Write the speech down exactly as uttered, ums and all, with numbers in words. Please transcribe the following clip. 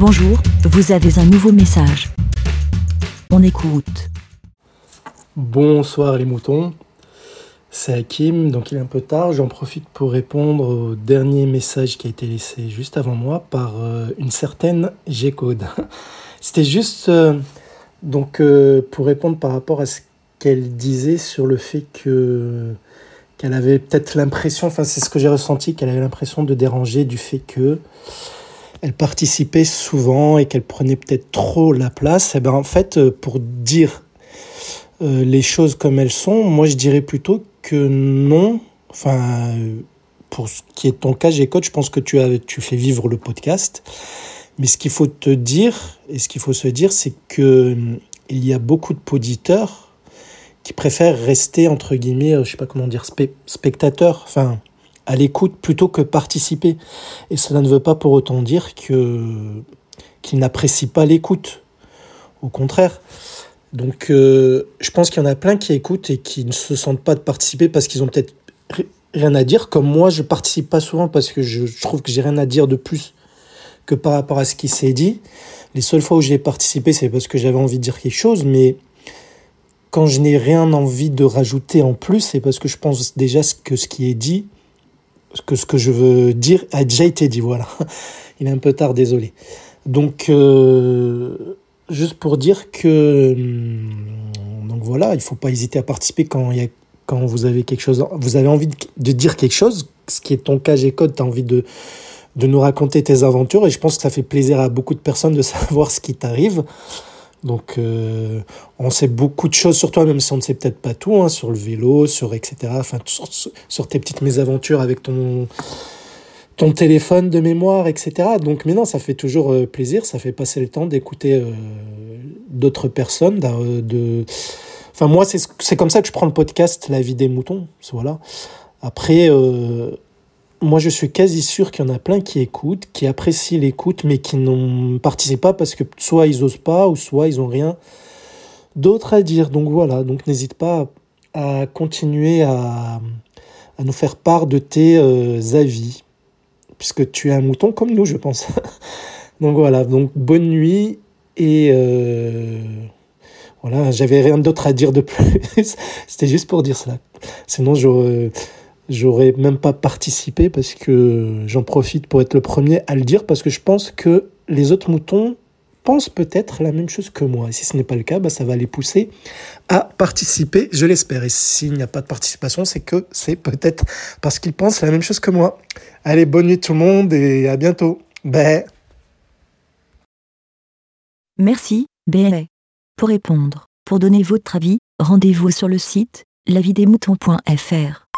Bonjour, vous avez un nouveau message. On écoute. Bonsoir les moutons, c'est Hakim, donc il est un peu tard, j'en profite pour répondre au dernier message qui a été laissé juste avant moi par euh, une certaine G-Code. C'était juste euh, donc euh, pour répondre par rapport à ce qu'elle disait sur le fait que qu'elle avait peut-être l'impression, enfin c'est ce que j'ai ressenti, qu'elle avait l'impression de déranger du fait que elle participait souvent et qu'elle prenait peut-être trop la place. Et ben en fait, pour dire euh, les choses comme elles sont, moi je dirais plutôt que non. Enfin, pour ce qui est ton cas, G-Code, je pense que tu as, tu fais vivre le podcast. Mais ce qu'il faut te dire et ce qu'il faut se dire, c'est que il y a beaucoup d'auditeurs qui préfèrent rester entre guillemets, je sais pas comment dire, spé- spectateurs. Enfin. À l'écoute plutôt que participer. Et cela ne veut pas pour autant dire que, qu'ils n'apprécient pas l'écoute. Au contraire. Donc, euh, je pense qu'il y en a plein qui écoutent et qui ne se sentent pas de participer parce qu'ils ont peut-être rien à dire. Comme moi, je participe pas souvent parce que je, je trouve que j'ai rien à dire de plus que par rapport à ce qui s'est dit. Les seules fois où j'ai participé, c'est parce que j'avais envie de dire quelque chose, mais quand je n'ai rien envie de rajouter en plus, c'est parce que je pense déjà que ce qui est dit, que ce que je veux dire a déjà été dit, voilà. Il est un peu tard, désolé. Donc, euh, juste pour dire que, donc voilà, il ne faut pas hésiter à participer quand, il y a, quand vous avez quelque chose, vous avez envie de, de dire quelque chose, ce qui est ton cas, G-Code, tu as envie de, de nous raconter tes aventures, et je pense que ça fait plaisir à beaucoup de personnes de savoir ce qui t'arrive. Donc, euh, on sait beaucoup de choses sur toi, même si on ne sait peut-être pas tout, hein, sur le vélo, sur et cetera. Enfin, sur, sur tes petites mésaventures avec ton, ton téléphone de mémoire, et cetera. Donc, mais non, ça fait toujours euh, plaisir, ça fait passer le temps d'écouter euh, d'autres personnes. De, de... Enfin, moi, c'est, c'est comme ça que je prends le podcast La vie des moutons. Voilà. Après... Euh, Moi, je suis quasi sûr qu'il y en a plein qui écoutent, qui apprécient l'écoute, mais qui ne participent pas parce que soit ils osent pas, ou soit ils ont rien d'autre à dire. Donc voilà, donc n'hésite pas à continuer à, à nous faire part de tes euh, avis, puisque tu es un mouton comme nous, je pense. Donc voilà, donc bonne nuit, et euh, voilà, j'avais rien d'autre à dire de plus. C'était juste pour dire cela. Sinon, j'aurais... J'aurais même pas participé parce que j'en profite pour être le premier à le dire, parce que je pense que les autres moutons pensent peut-être la même chose que moi. Et si ce n'est pas le cas, bah, ça va les pousser à participer, je l'espère. Et s'il n'y a pas de participation, c'est que c'est peut-être parce qu'ils pensent la même chose que moi. Allez, bonne nuit tout le monde et à bientôt. Bye. Merci, B L A. Pour répondre, pour donner votre avis, rendez-vous sur le site la vie des moutons point f r.